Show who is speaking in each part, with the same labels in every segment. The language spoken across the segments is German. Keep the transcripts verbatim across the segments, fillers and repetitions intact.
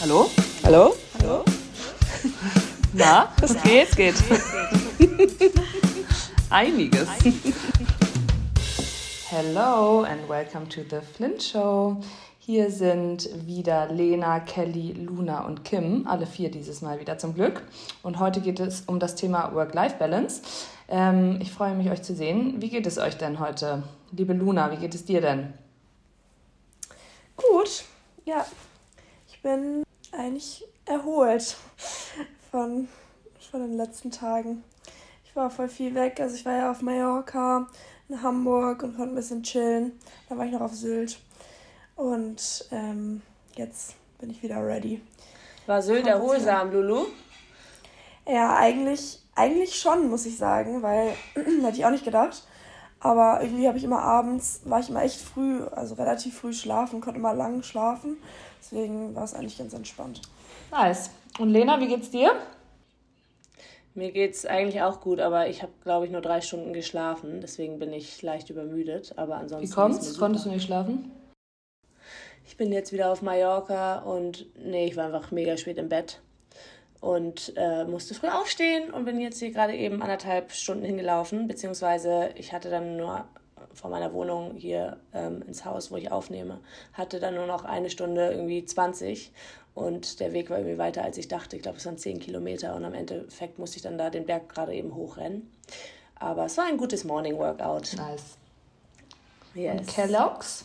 Speaker 1: Hallo?
Speaker 2: Hallo?
Speaker 1: Hallo? Na, es ja. geht, geht. Einiges. Hello and welcome to the Flint Show. Hier sind wieder Lena, Kelly, Luna und Kim, alle vier dieses Mal wieder zum Glück. Und heute geht es um das Thema Work-Life-Balance. Ähm, ich freue mich, euch zu sehen. Wie geht es euch denn heute? Liebe Luna, wie geht es dir denn?
Speaker 2: Gut, ja. Ich bin eigentlich erholt von, von den letzten Tagen. Ich war voll viel weg, also ich war ja auf Mallorca, in Hamburg und konnte ein bisschen chillen. Dann war ich noch auf Sylt und ähm, jetzt bin ich wieder ready.
Speaker 3: War Sylt erholsam, Lulu?
Speaker 2: Ja, eigentlich, eigentlich schon, muss ich sagen, weil, hätte ich auch nicht gedacht. Aber irgendwie habe ich immer abends, war ich immer echt früh, also relativ früh schlafen, konnte immer lang schlafen. Deswegen war es eigentlich ganz entspannt.
Speaker 1: Nice. Und Lena, wie geht's dir?
Speaker 3: Mir geht's eigentlich auch gut, aber ich habe, glaube ich, nur drei Stunden geschlafen. Deswegen bin ich leicht übermüdet. Aber ansonsten.
Speaker 1: Wie kommt's? Konntest du nicht schlafen?
Speaker 3: Ich bin jetzt wieder auf Mallorca und nee, ich war einfach mega spät im Bett. Und äh, musste früh aufstehen und bin jetzt hier gerade eben anderthalb Stunden hingelaufen, beziehungsweise ich hatte dann nur von meiner Wohnung hier ähm, ins Haus, wo ich aufnehme, hatte dann nur noch eine Stunde irgendwie zwanzig und der Weg war irgendwie weiter, als ich dachte. Ich glaube, es waren zehn Kilometer und am Endeffekt musste ich dann da den Berg gerade eben hochrennen. Aber es war ein gutes Morning Workout.
Speaker 1: Nice.
Speaker 3: Yes.
Speaker 1: Und Kellogg's?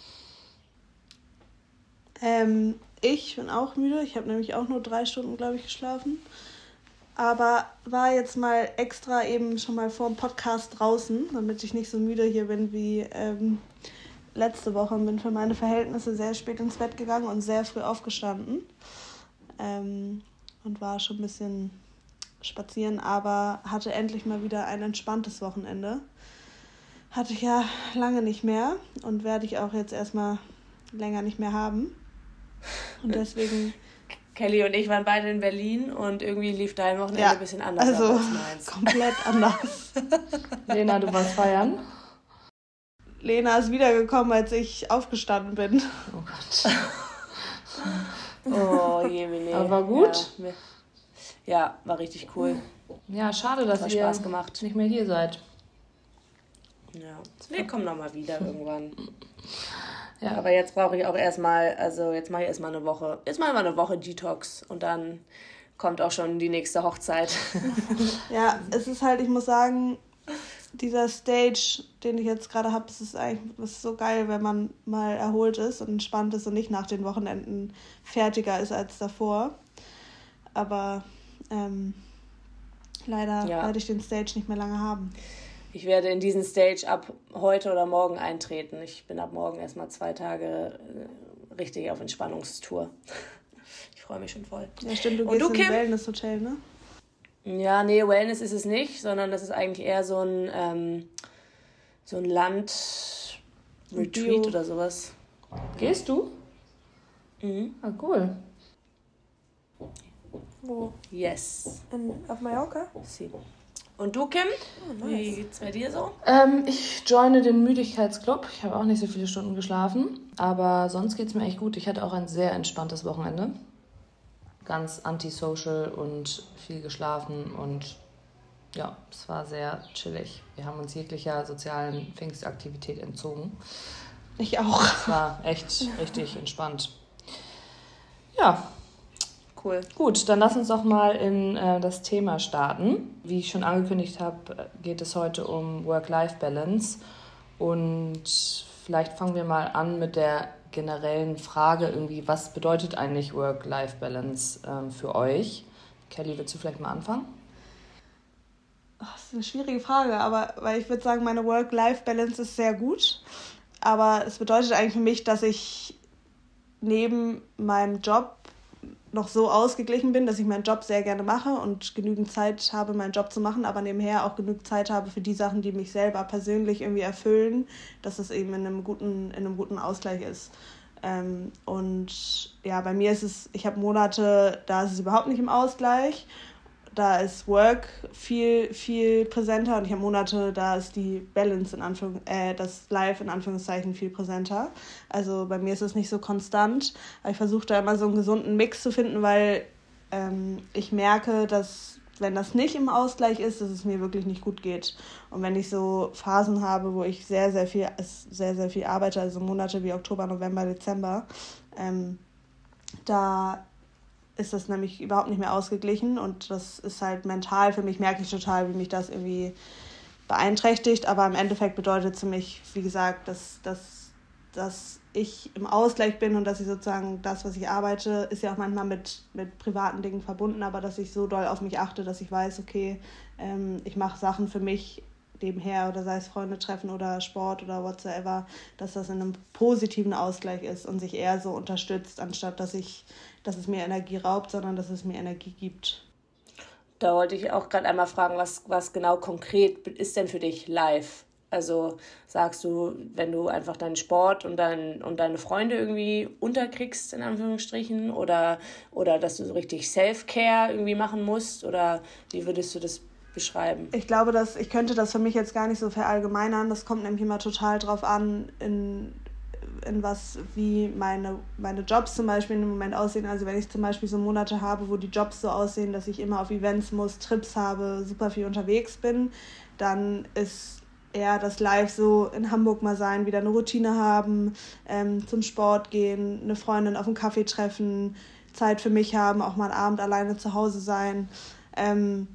Speaker 4: Ähm, ich bin auch müde. Ich habe nämlich auch nur drei Stunden, glaube ich, geschlafen. Aber war jetzt mal extra eben schon mal vor dem Podcast draußen, damit ich nicht so müde hier bin wie ähm, letzte Woche. Und bin für meine Verhältnisse sehr spät ins Bett gegangen und sehr früh aufgestanden. Ähm, und war schon ein bisschen spazieren, aber hatte endlich mal wieder ein entspanntes Wochenende. Hatte ich ja lange nicht mehr und werde ich auch jetzt erstmal länger nicht mehr haben. Und deswegen...
Speaker 3: Kelly und ich waren beide in Berlin und irgendwie lief dein Wochenende ja, ein bisschen anders
Speaker 4: also
Speaker 3: als meins.
Speaker 4: Komplett anders.
Speaker 1: Lena, du warst feiern?
Speaker 4: Lena ist wiedergekommen, als ich aufgestanden bin.
Speaker 1: Oh Gott.
Speaker 3: Oh je, nee.
Speaker 1: Aber war gut?
Speaker 3: Ja, ja, war richtig cool.
Speaker 1: Ja, schade, dass
Speaker 3: Hat
Speaker 1: ihr
Speaker 3: Spaß gemacht.
Speaker 1: nicht mehr hier seid.
Speaker 3: Ja, wir kommen nochmal wieder irgendwann.
Speaker 1: Ja.
Speaker 3: Aber jetzt brauche ich auch erstmal, also jetzt mache ich erstmal eine Woche, jetzt mache ich mal eine Woche Detox und dann kommt auch schon die nächste Hochzeit.
Speaker 4: Ja, es ist halt, ich muss sagen, dieser Stage, den ich jetzt gerade habe, es ist eigentlich das ist so geil, wenn man mal erholt ist und entspannt ist und nicht nach den Wochenenden fertiger ist als davor. Aber ähm, leider ja. werde ich den Stage nicht mehr lange haben.
Speaker 3: Ich werde in diesen Stage ab heute oder morgen eintreten. Ich bin ab morgen erstmal zwei Tage richtig auf Entspannungstour. Ich freue mich schon voll.
Speaker 4: Ja, stimmt, du Und gehst du, in ein Wellness-Hotel, ne?
Speaker 3: Ja, nee, Wellness ist es nicht, sondern das ist eigentlich eher so ein, ähm, so ein Land-Retreat oder sowas.
Speaker 1: Gehst du?
Speaker 3: Mhm.
Speaker 1: Ah, cool.
Speaker 2: Wo?
Speaker 3: Yes.
Speaker 2: In, auf Mallorca?
Speaker 3: Sie. Und du, Kim?
Speaker 2: Oh, nice.
Speaker 3: Wie geht's bei dir so?
Speaker 1: Ähm, ich joine den Müdigkeitsclub. Ich habe auch nicht so viele Stunden geschlafen, aber sonst geht's mir echt gut. Ich hatte auch ein sehr entspanntes Wochenende. Ganz antisocial und viel geschlafen und ja, es war sehr chillig. Wir haben uns jeglicher sozialen Pfingstaktivität entzogen.
Speaker 4: Ich auch.
Speaker 1: Es war echt richtig entspannt. Ja.
Speaker 3: Cool.
Speaker 1: Gut, dann lass uns doch mal in äh, das Thema starten. Wie ich schon angekündigt habe, geht es heute um Work-Life-Balance. Und vielleicht fangen wir mal an mit der generellen Frage irgendwie, was bedeutet eigentlich Work-Life-Balance ähm, für euch? Kelly, willst du vielleicht mal anfangen?
Speaker 4: Ach, das ist eine schwierige Frage, aber weil ich würde sagen, meine Work-Life-Balance ist sehr gut. Aber es bedeutet eigentlich für mich, dass ich neben meinem Job noch so ausgeglichen bin, dass ich meinen Job sehr gerne mache und genügend Zeit habe, meinen Job zu machen, aber nebenher auch genug Zeit habe für die Sachen, die mich selber persönlich irgendwie erfüllen, dass es eben in einem guten, in einem guten Ausgleich ist. Ähm, und ja, bei mir ist es, ich habe Monate, da ist es überhaupt nicht im Ausgleich. da ist Work viel, viel präsenter und ich habe Monate, da ist die Balance in Anführung, äh, das Life in Anführungszeichen viel präsenter. Also bei mir ist es nicht so konstant, aber ich versuche da immer so einen gesunden Mix zu finden, weil ähm, ich merke, dass wenn das nicht im Ausgleich ist, dass es mir wirklich nicht gut geht. Und wenn ich so Phasen habe, wo ich sehr, sehr viel, sehr, sehr viel arbeite, also Monate wie Oktober, November, Dezember, ähm, da ist das nämlich überhaupt nicht mehr ausgeglichen und das ist halt mental für mich, merke ich total, wie mich das irgendwie beeinträchtigt, aber im Endeffekt bedeutet es für mich, wie gesagt, dass, dass, dass ich im Ausgleich bin und dass ich sozusagen das, was ich arbeite, ist ja auch manchmal mit, mit privaten Dingen verbunden, aber dass ich so doll auf mich achte, dass ich weiß, okay, ähm, ich mache Sachen für mich nebenher oder sei es Freunde treffen oder Sport oder whatsoever, dass das in einem positiven Ausgleich ist und sich eher so unterstützt, anstatt dass ich, dass es mir Energie raubt, sondern dass es mir Energie gibt.
Speaker 3: Da wollte ich auch gerade einmal fragen, was, was genau konkret ist denn für dich live? Also sagst du, wenn du einfach deinen Sport und, dein, und deine Freunde irgendwie unterkriegst, in Anführungsstrichen, oder, oder dass du so richtig Self-Care irgendwie machen musst, oder wie würdest du das beschreiben?
Speaker 4: Ich glaube, dass ich könnte das für mich jetzt gar nicht so verallgemeinern. Das kommt nämlich immer total drauf an, in, in was, wie meine, meine Jobs zum Beispiel im Moment aussehen. Also wenn ich zum Beispiel so Monate habe, wo die Jobs so aussehen, dass ich immer auf Events muss, Trips habe, super viel unterwegs bin, dann ist eher das Live so in Hamburg mal sein, wieder eine Routine haben, ähm, zum Sport gehen, eine Freundin auf einen Kaffee treffen, Zeit für mich haben, auch mal einen Abend alleine zu Hause sein. Ähm,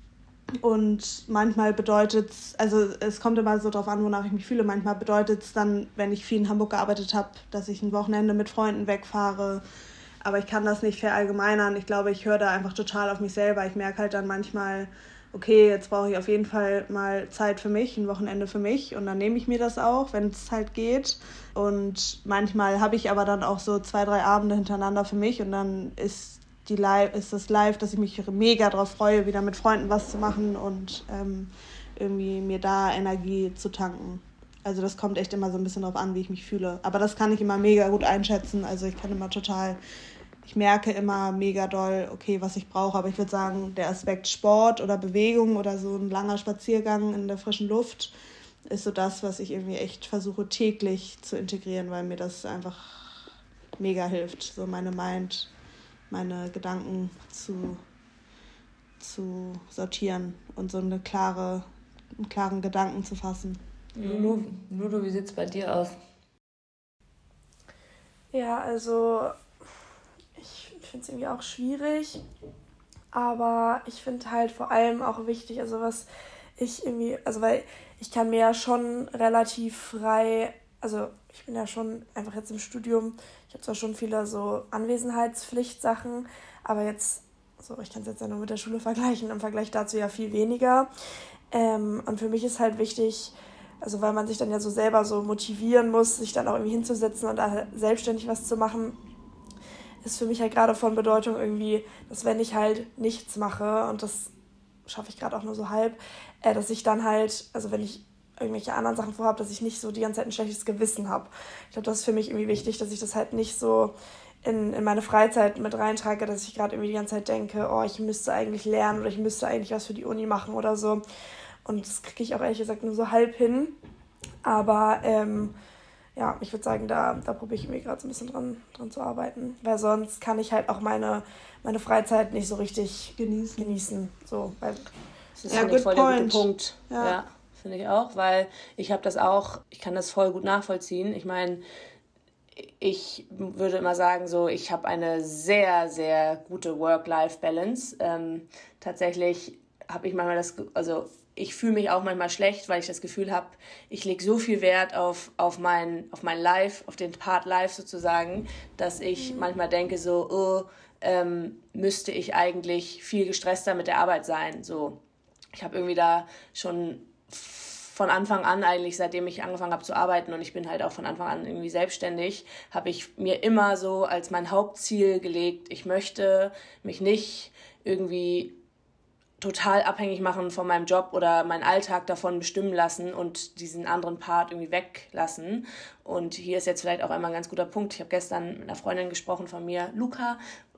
Speaker 4: Und manchmal bedeutet es, also es kommt immer so drauf an, wonach ich mich fühle. Manchmal bedeutet es dann, wenn ich viel in Hamburg gearbeitet habe, dass ich ein Wochenende mit Freunden wegfahre. Aber ich kann das nicht verallgemeinern. Ich glaube, ich höre da einfach total auf mich selber. Ich merke halt dann manchmal, okay, jetzt brauche ich auf jeden Fall mal Zeit für mich, ein Wochenende für mich. Und dann nehme ich mir das auch, wenn es halt geht. Und manchmal habe ich aber dann auch so zwei, drei Abende hintereinander für mich. Und dann ist Die Live, ist das live, dass ich mich mega drauf freue, wieder mit Freunden was zu machen und ähm, irgendwie mir da Energie zu tanken. Also das kommt echt immer so ein bisschen drauf an, wie ich mich fühle. Aber das kann ich immer mega gut einschätzen. Also ich kann immer total, ich merke immer mega doll, okay, was ich brauche. Aber ich würde sagen, der Aspekt Sport oder Bewegung oder so ein langer Spaziergang in der frischen Luft ist so das, was ich irgendwie echt versuche täglich zu integrieren, weil mir das einfach mega hilft, so meine Mind meine Gedanken zu, zu sortieren und so eine klare, einen klaren Gedanken zu fassen.
Speaker 1: Lulu, Lulu, wie sieht es bei dir aus?
Speaker 2: Ja, also ich finde es irgendwie auch schwierig, aber ich finde halt vor allem auch wichtig, also was ich irgendwie, also weil ich kann mir ja schon relativ frei, also ich bin ja schon einfach jetzt im Studium, ich habe zwar schon viele so Anwesenheitspflichtsachen, aber jetzt, so ich kann es jetzt ja nur mit der Schule vergleichen, im Vergleich dazu ja viel weniger. Ähm, und für mich ist halt wichtig, also weil man sich dann ja so selber so motivieren muss, sich dann auch irgendwie hinzusetzen und da selbstständig was zu machen, ist für mich halt gerade von Bedeutung irgendwie, dass wenn ich halt nichts mache, und das schaffe ich gerade auch nur so halb, äh, dass ich dann halt, also wenn ich irgendwelche anderen Sachen vorhabe, dass ich nicht so die ganze Zeit ein schlechtes Gewissen habe. Ich glaube, das ist für mich irgendwie wichtig, dass ich das halt nicht so in, in meine Freizeit mit reintrage, dass ich gerade irgendwie die ganze Zeit denke, oh, ich müsste eigentlich lernen oder ich müsste eigentlich was für die Uni machen oder so. Und das kriege ich auch ehrlich gesagt nur so halb hin. Aber ähm, ja, ich würde sagen, da, da probiere ich mir gerade so ein bisschen dran, dran zu arbeiten. Weil sonst kann ich halt auch meine, meine Freizeit nicht so richtig
Speaker 4: genießen.
Speaker 3: genießen.
Speaker 2: So, weil
Speaker 3: das ist
Speaker 4: ja,
Speaker 3: voll
Speaker 4: point.
Speaker 3: der gute Punkt.
Speaker 4: Ja.
Speaker 3: ja. Finde ich auch, weil ich habe das auch, ich kann das voll gut nachvollziehen. Ich meine, ich würde immer sagen, so ich habe eine sehr, sehr gute Work-Life-Balance. Ähm, tatsächlich habe ich manchmal das, also ich fühle mich auch manchmal schlecht, weil ich das Gefühl habe, ich lege so viel Wert auf, auf, mein, auf mein Life, auf den Part Life sozusagen, dass ich mhm. manchmal denke so, oh, ähm, müsste ich eigentlich viel gestresster mit der Arbeit sein. So, ich habe irgendwie da schon von Anfang an eigentlich, seitdem ich angefangen habe zu arbeiten und ich bin halt auch von Anfang an irgendwie selbstständig, habe ich mir immer so als mein Hauptziel gelegt, ich möchte mich nicht irgendwie total abhängig machen von meinem Job oder meinen Alltag davon bestimmen lassen und diesen anderen Part irgendwie weglassen. Und hier ist jetzt vielleicht auch einmal ein ganz guter Punkt. Ich habe gestern mit einer Freundin gesprochen von mir, Luca,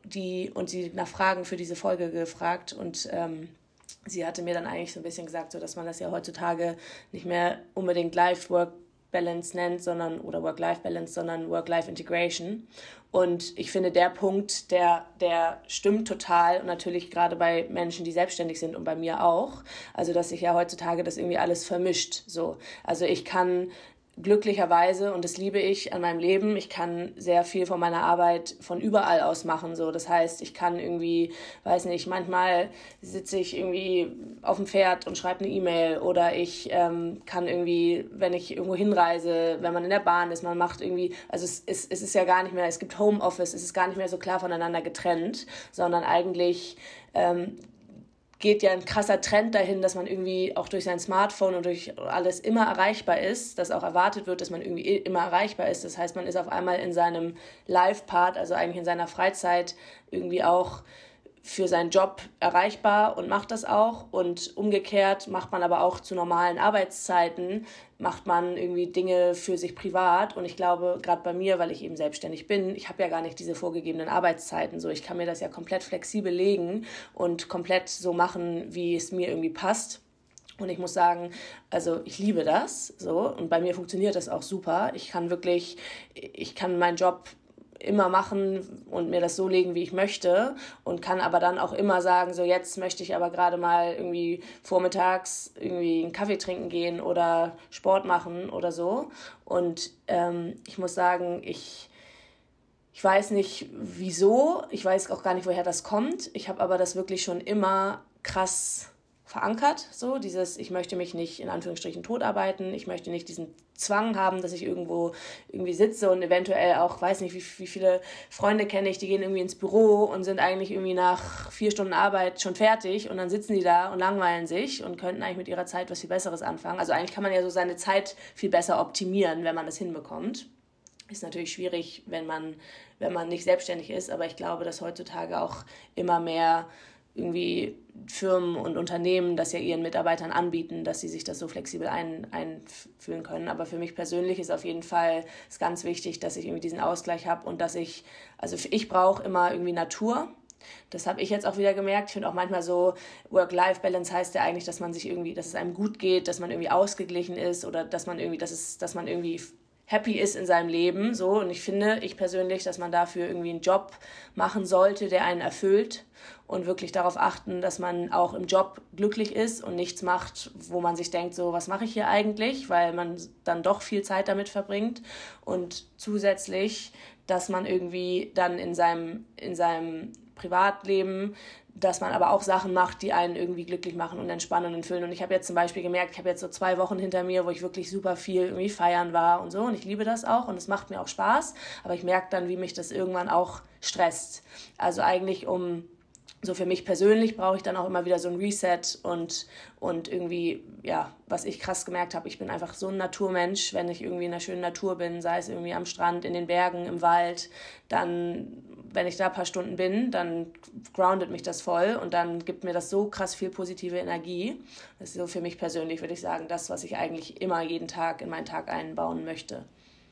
Speaker 3: die und sie nach Fragen für diese Folge gefragt und ähm, sie hatte mir dann eigentlich so ein bisschen gesagt, so dass man das ja heutzutage nicht mehr unbedingt Life-Work-Balance nennt, sondern oder Work-Life-Balance, sondern Work-Life-Integration. Und ich finde, der Punkt, der, der stimmt total und natürlich gerade bei Menschen, die selbstständig sind und bei mir auch. Also, dass sich ja heutzutage das irgendwie alles vermischt. So. Also ich kann glücklicherweise, und das liebe ich an meinem Leben, ich kann sehr viel von meiner Arbeit von überall aus machen. So. Das heißt, ich kann irgendwie, weiß nicht, manchmal sitze ich irgendwie auf dem Pferd und schreibe eine E-Mail oder ich ähm, kann irgendwie, wenn ich irgendwo hinreise, wenn man in der Bahn ist, man macht irgendwie, also es, es, es ist ja gar nicht mehr, es gibt Homeoffice, es ist gar nicht mehr so klar voneinander getrennt, sondern eigentlich ähm, geht ja ein krasser Trend dahin, dass man irgendwie auch durch sein Smartphone und durch alles immer erreichbar ist, dass auch erwartet wird, dass man irgendwie immer erreichbar ist. Das heißt, man ist auf einmal in seinem Live-Part, also eigentlich in seiner Freizeit, irgendwie auch für seinen Job erreichbar und macht das auch. Und umgekehrt macht man aber auch zu normalen Arbeitszeiten, macht man irgendwie Dinge für sich privat. Und ich glaube, gerade bei mir, weil ich eben selbstständig bin, ich habe ja gar nicht diese vorgegebenen Arbeitszeiten. So, ich kann mir das ja komplett flexibel legen und komplett so machen, wie es mir irgendwie passt. Und ich muss sagen, also ich liebe das so und bei mir funktioniert das auch super. Ich kann wirklich, ich kann meinen Job immer machen und mir das so legen, wie ich möchte und kann aber dann auch immer sagen, so jetzt möchte ich aber gerade mal irgendwie vormittags irgendwie einen Kaffee trinken gehen oder Sport machen oder so. Und ähm, ich muss sagen, ich, ich weiß nicht wieso, ich weiß auch gar nicht, woher das kommt. Ich habe aber das wirklich schon immer krass verankert, so dieses, ich möchte mich nicht in Anführungsstrichen totarbeiten, ich möchte nicht diesen Zwang haben, dass ich irgendwo irgendwie sitze und eventuell auch, weiß nicht, wie, wie viele Freunde kenne ich, die gehen irgendwie ins Büro und sind eigentlich irgendwie nach vier Stunden Arbeit schon fertig und dann sitzen die da und langweilen sich und könnten eigentlich mit ihrer Zeit was viel Besseres anfangen. Also eigentlich kann man ja so seine Zeit viel besser optimieren, wenn man das hinbekommt. Ist natürlich schwierig, wenn man, wenn man nicht selbstständig ist, aber ich glaube, dass heutzutage auch immer mehr irgendwie Firmen und Unternehmen das ja ihren Mitarbeitern anbieten, dass sie sich das so flexibel ein, einfühlen können. Aber für mich persönlich ist auf jeden Fall ist ganz wichtig, dass ich irgendwie diesen Ausgleich habe und dass ich, also ich brauche immer irgendwie Natur. Das habe ich jetzt auch wieder gemerkt. Ich finde auch manchmal so, Work-Life-Balance heißt ja eigentlich, dass man sich irgendwie, dass es einem gut geht, dass man irgendwie ausgeglichen ist oder dass man irgendwie, dass es, dass man irgendwie happy ist in seinem Leben, so. Und ich finde, ich persönlich, dass man dafür irgendwie einen Job machen sollte, der einen erfüllt und wirklich darauf achten, dass man auch im Job glücklich ist und nichts macht, wo man sich denkt, so, was mache ich hier eigentlich, weil man dann doch viel Zeit damit verbringt und zusätzlich, dass man irgendwie dann in seinem, in seinem Privatleben, dass man aber auch Sachen macht, die einen irgendwie glücklich machen und entspannen und füllen. Und ich habe jetzt zum Beispiel gemerkt, ich habe jetzt so zwei Wochen hinter mir, wo ich wirklich super viel irgendwie feiern war und so. Und ich liebe das auch und es macht mir auch Spaß. Aber ich merke dann, wie mich das irgendwann auch stresst. Also eigentlich um... So für mich persönlich brauche ich dann auch immer wieder so ein Reset und, und irgendwie, ja, was ich krass gemerkt habe, ich bin einfach so ein Naturmensch, wenn ich irgendwie in der schönen Natur bin, sei es irgendwie am Strand, in den Bergen, im Wald, dann, wenn ich da ein paar Stunden bin, dann groundet mich das voll und dann gibt mir das so krass viel positive Energie. Das ist so für mich persönlich, würde ich sagen, das, was ich eigentlich immer jeden Tag in meinen Tag einbauen möchte.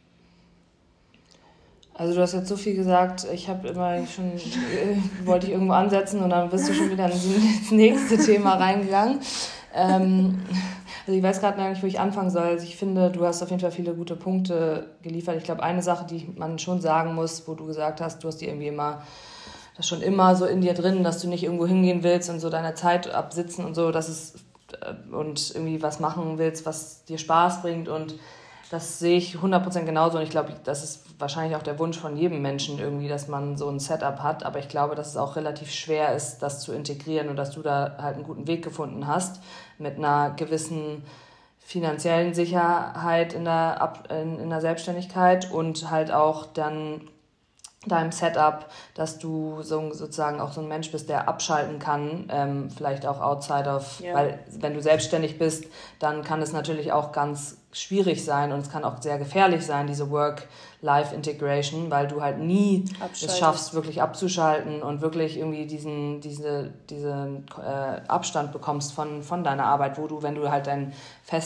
Speaker 1: Also du hast jetzt so viel gesagt, ich habe immer schon, äh, wollte ich irgendwo ansetzen und dann bist du schon wieder ins nächste Thema reingegangen. Ähm, also ich weiß gerade gar nicht, wo ich anfangen soll. Also ich finde, du hast auf jeden Fall viele gute Punkte geliefert. Ich glaube, eine Sache, die man schon sagen muss, wo du gesagt hast, du hast die irgendwie immer, das schon immer so in dir drin, dass du nicht irgendwo hingehen willst und so deine Zeit absitzen und so, dass es äh, und irgendwie was machen willst, was dir Spaß bringt und das sehe ich hundert Prozent genauso und ich glaube, das ist wahrscheinlich auch der Wunsch von jedem Menschen irgendwie, dass man so ein Setup hat, aber ich glaube, dass es auch relativ schwer ist, das zu integrieren und dass du da halt einen guten Weg gefunden hast mit einer gewissen finanziellen Sicherheit in der, Ab- in, in der Selbstständigkeit und halt auch dann deinem Setup, dass du so, sozusagen auch so ein Mensch bist, der abschalten kann, ähm, vielleicht auch outside of, ja. Weil wenn du selbstständig bist, dann kann es natürlich auch ganz schwierig sein und es kann auch sehr gefährlich sein, diese Work-Life-Integration, weil du halt nie es schaffst, wirklich abzuschalten und wirklich irgendwie diesen, diese, diesen äh, Abstand bekommst von, von deiner Arbeit, wo du, wenn du halt deinen fest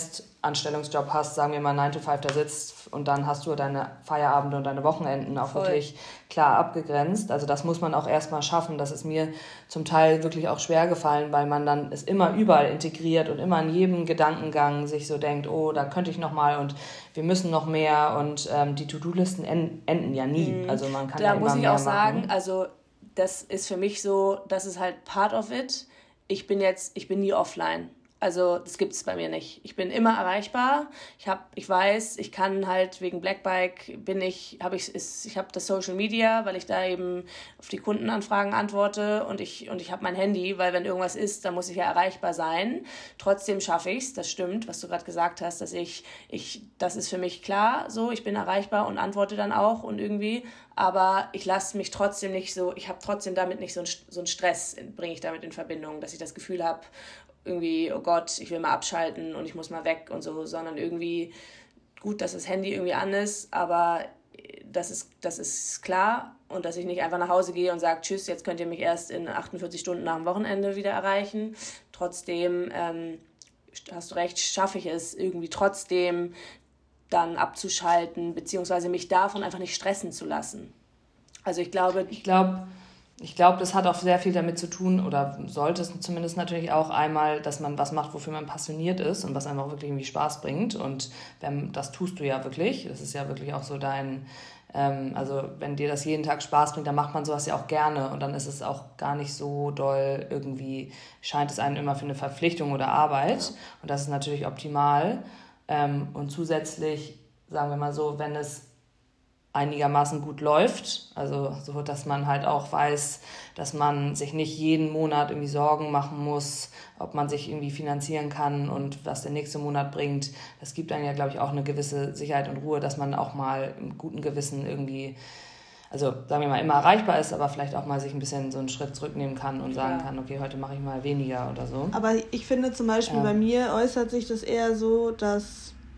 Speaker 1: Anstellungsjob hast, sagen wir mal nine to five da sitzt und dann hast du deine Feierabende und deine Wochenenden auch Voll. wirklich klar abgegrenzt. Also das muss man auch erstmal schaffen. Das ist mir zum Teil wirklich auch schwer gefallen, weil man dann es immer überall integriert und immer in jedem Gedankengang sich so denkt, oh, da könnte ich noch mal und wir müssen noch mehr und ähm, die To-Do-Listen en- enden ja nie. Mhm. Also man kann
Speaker 3: da
Speaker 1: ja immer
Speaker 3: muss ich
Speaker 1: mehr
Speaker 3: auch sagen,
Speaker 1: machen.
Speaker 3: Also das ist für mich so, das ist halt part of it. Ich bin jetzt, ich bin nie offline. Also das gibt es bei mir nicht. Ich bin immer erreichbar. Ich habe, ich weiß, ich kann halt wegen Blackbike bin ich, habe ich, ist, ich habe das Social Media, weil ich da eben auf die Kundenanfragen antworte und ich und ich habe mein Handy, weil wenn irgendwas ist, dann muss ich ja erreichbar sein. Trotzdem schaffe ich es. Das stimmt, was du gerade gesagt hast, dass ich, ich, das ist für mich klar. So, ich bin erreichbar und antworte dann auch und irgendwie. Aber ich lasse mich trotzdem nicht so, ich habe trotzdem damit nicht so einen, so einen Stress, bringe ich damit in Verbindung, dass ich das Gefühl habe, irgendwie, oh Gott, ich will mal abschalten und ich muss mal weg und so, sondern irgendwie gut, dass das Handy irgendwie an ist, aber das ist, das ist klar und dass ich nicht einfach nach Hause gehe und sage, tschüss, jetzt könnt ihr mich erst in achtundvierzig Stunden nach dem Wochenende wieder erreichen. Trotzdem, ähm, hast du recht, schaffe ich es irgendwie trotzdem dann abzuschalten, beziehungsweise mich davon einfach nicht stressen zu lassen. Also ich glaube...
Speaker 1: Ich glaube... Ich glaube, das hat auch sehr viel damit zu tun, oder sollte es zumindest natürlich auch einmal, dass man was macht, wofür man passioniert ist und was einem auch wirklich irgendwie Spaß bringt. Und wenn, das tust du ja wirklich. Das ist ja wirklich auch so dein, ähm, also wenn dir das jeden Tag Spaß bringt, dann macht man sowas ja auch gerne. Und dann ist es auch gar nicht so doll irgendwie, scheint es einem immer für eine Verpflichtung oder Arbeit. Ja. Und das ist natürlich optimal. Ähm, und zusätzlich, sagen wir mal so, wenn es einigermaßen gut läuft, also so, dass man halt auch weiß, dass man sich nicht jeden Monat irgendwie Sorgen machen muss, ob man sich irgendwie finanzieren kann und was der nächste Monat bringt. Das gibt dann ja, glaube ich, auch eine gewisse Sicherheit und Ruhe, dass man auch mal im guten Gewissen irgendwie, also sagen wir mal, immer erreichbar ist, aber vielleicht auch mal sich ein bisschen so einen Schritt zurücknehmen kann und sagen ja. kann, okay, heute mache ich mal weniger oder so.
Speaker 4: Aber ich finde zum Beispiel, ja. bei mir äußert sich das eher so, dass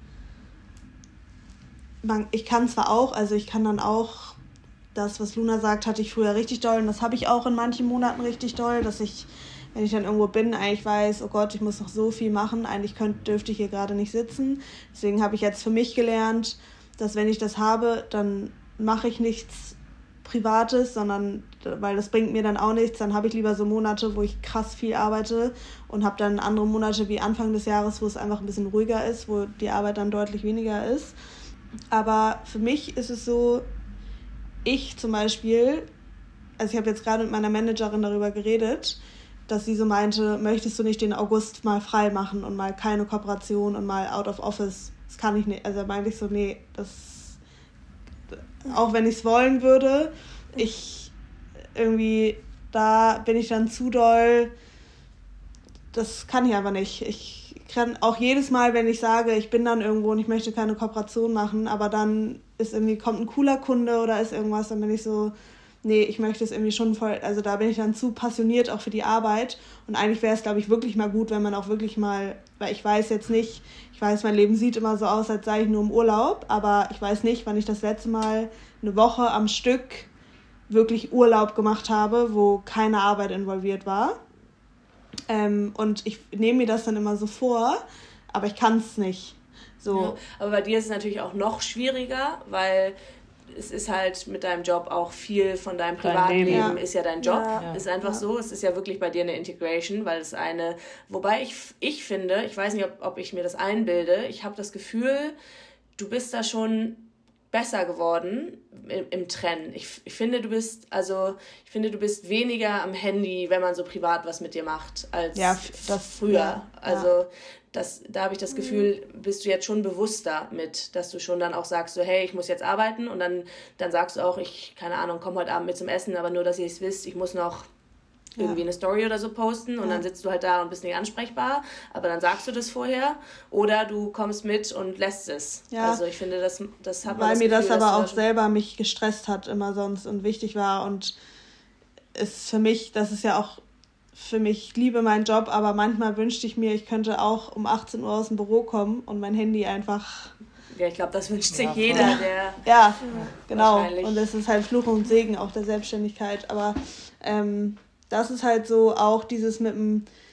Speaker 4: Man, ich kann zwar auch, also ich kann dann auch, das, was Luna sagt, hatte ich früher richtig doll und das habe ich auch in manchen Monaten richtig doll, dass ich, wenn ich dann irgendwo bin, eigentlich weiß, oh Gott, ich muss noch so viel machen, eigentlich könnte, dürfte ich hier gerade nicht sitzen. Deswegen habe ich jetzt für mich gelernt, dass wenn ich das habe, dann mache ich nichts Privates, sondern, weil das bringt mir dann auch nichts, dann habe ich lieber so Monate, wo ich krass viel arbeite und habe dann andere Monate wie Anfang des Jahres, wo es einfach ein bisschen ruhiger ist, wo die Arbeit dann deutlich weniger ist. Aber für mich ist es so, ich zum Beispiel, also ich habe jetzt gerade mit meiner Managerin darüber geredet, dass sie so meinte, möchtest du nicht den August mal frei machen und mal keine Kooperation und mal out of office? Das kann ich nicht. Also da meinte ich so, nee, das, auch wenn ich es wollen würde, ich irgendwie, da bin ich dann zu doll, das kann ich einfach nicht. Ich kann auch jedes Mal, wenn ich sage, ich bin dann irgendwo und ich möchte keine Kooperation machen, aber dann ist irgendwie, kommt ein cooler Kunde oder ist irgendwas, dann bin ich so, nee, ich möchte es irgendwie schon voll, also da bin ich dann zu passioniert auch für die Arbeit und eigentlich wäre es, glaube ich, wirklich mal gut, wenn man auch wirklich mal, weil ich weiß jetzt nicht, ich weiß, mein Leben sieht immer so aus, als sei ich nur im Urlaub, aber ich weiß nicht, wann ich das letzte Mal eine Woche am Stück wirklich Urlaub gemacht habe, wo keine Arbeit involviert war. Ähm, und ich nehme mir das dann immer so vor, aber ich kann es nicht. So.
Speaker 3: Ja, aber bei dir ist es natürlich auch noch schwieriger, weil es ist halt mit deinem Job auch viel von deinem Privatleben, ja. ist ja dein Job, ja. ist einfach ja. so. Es ist ja wirklich bei dir eine Integration, weil es eine, wobei ich, ich finde, ich weiß nicht, ob, ob ich mir das einbilde, ich habe das Gefühl, du bist da schon besser geworden im, im Trennen. Ich, ich finde, du bist, also ich finde, du bist weniger am Handy, wenn man so privat was mit dir macht, als
Speaker 4: ja, das,
Speaker 3: früher.
Speaker 4: Ja,
Speaker 3: also
Speaker 4: ja.
Speaker 3: das, da habe ich das Gefühl, bist du jetzt schon bewusster mit, dass du schon dann auch sagst, so hey, ich muss jetzt arbeiten und dann, dann sagst du auch, ich, keine Ahnung, komm heute Abend mit zum Essen, aber nur, dass ihr es wisst, ich muss noch irgendwie ja. eine Story oder so posten und ja. dann sitzt du halt da und bist nicht ansprechbar, aber dann sagst du das vorher oder du kommst mit und lässt es. Ja. Also ich finde, das, das hat man
Speaker 4: Weil
Speaker 3: das
Speaker 4: mir
Speaker 3: Gefühl,
Speaker 4: das aber auch selber mich gestresst hat immer sonst und wichtig war und ist für mich, das ist ja auch für mich, ich liebe meinen Job, aber manchmal wünschte ich mir, ich könnte auch um achtzehn Uhr aus dem Büro kommen und mein Handy einfach...
Speaker 3: Ja, ich glaube, das wünscht sich ja, jeder, der...
Speaker 4: Ja, ja, genau. Und das ist halt Fluch und Segen auch der Selbstständigkeit, aber... Ähm, das ist halt so auch dieses mit dem,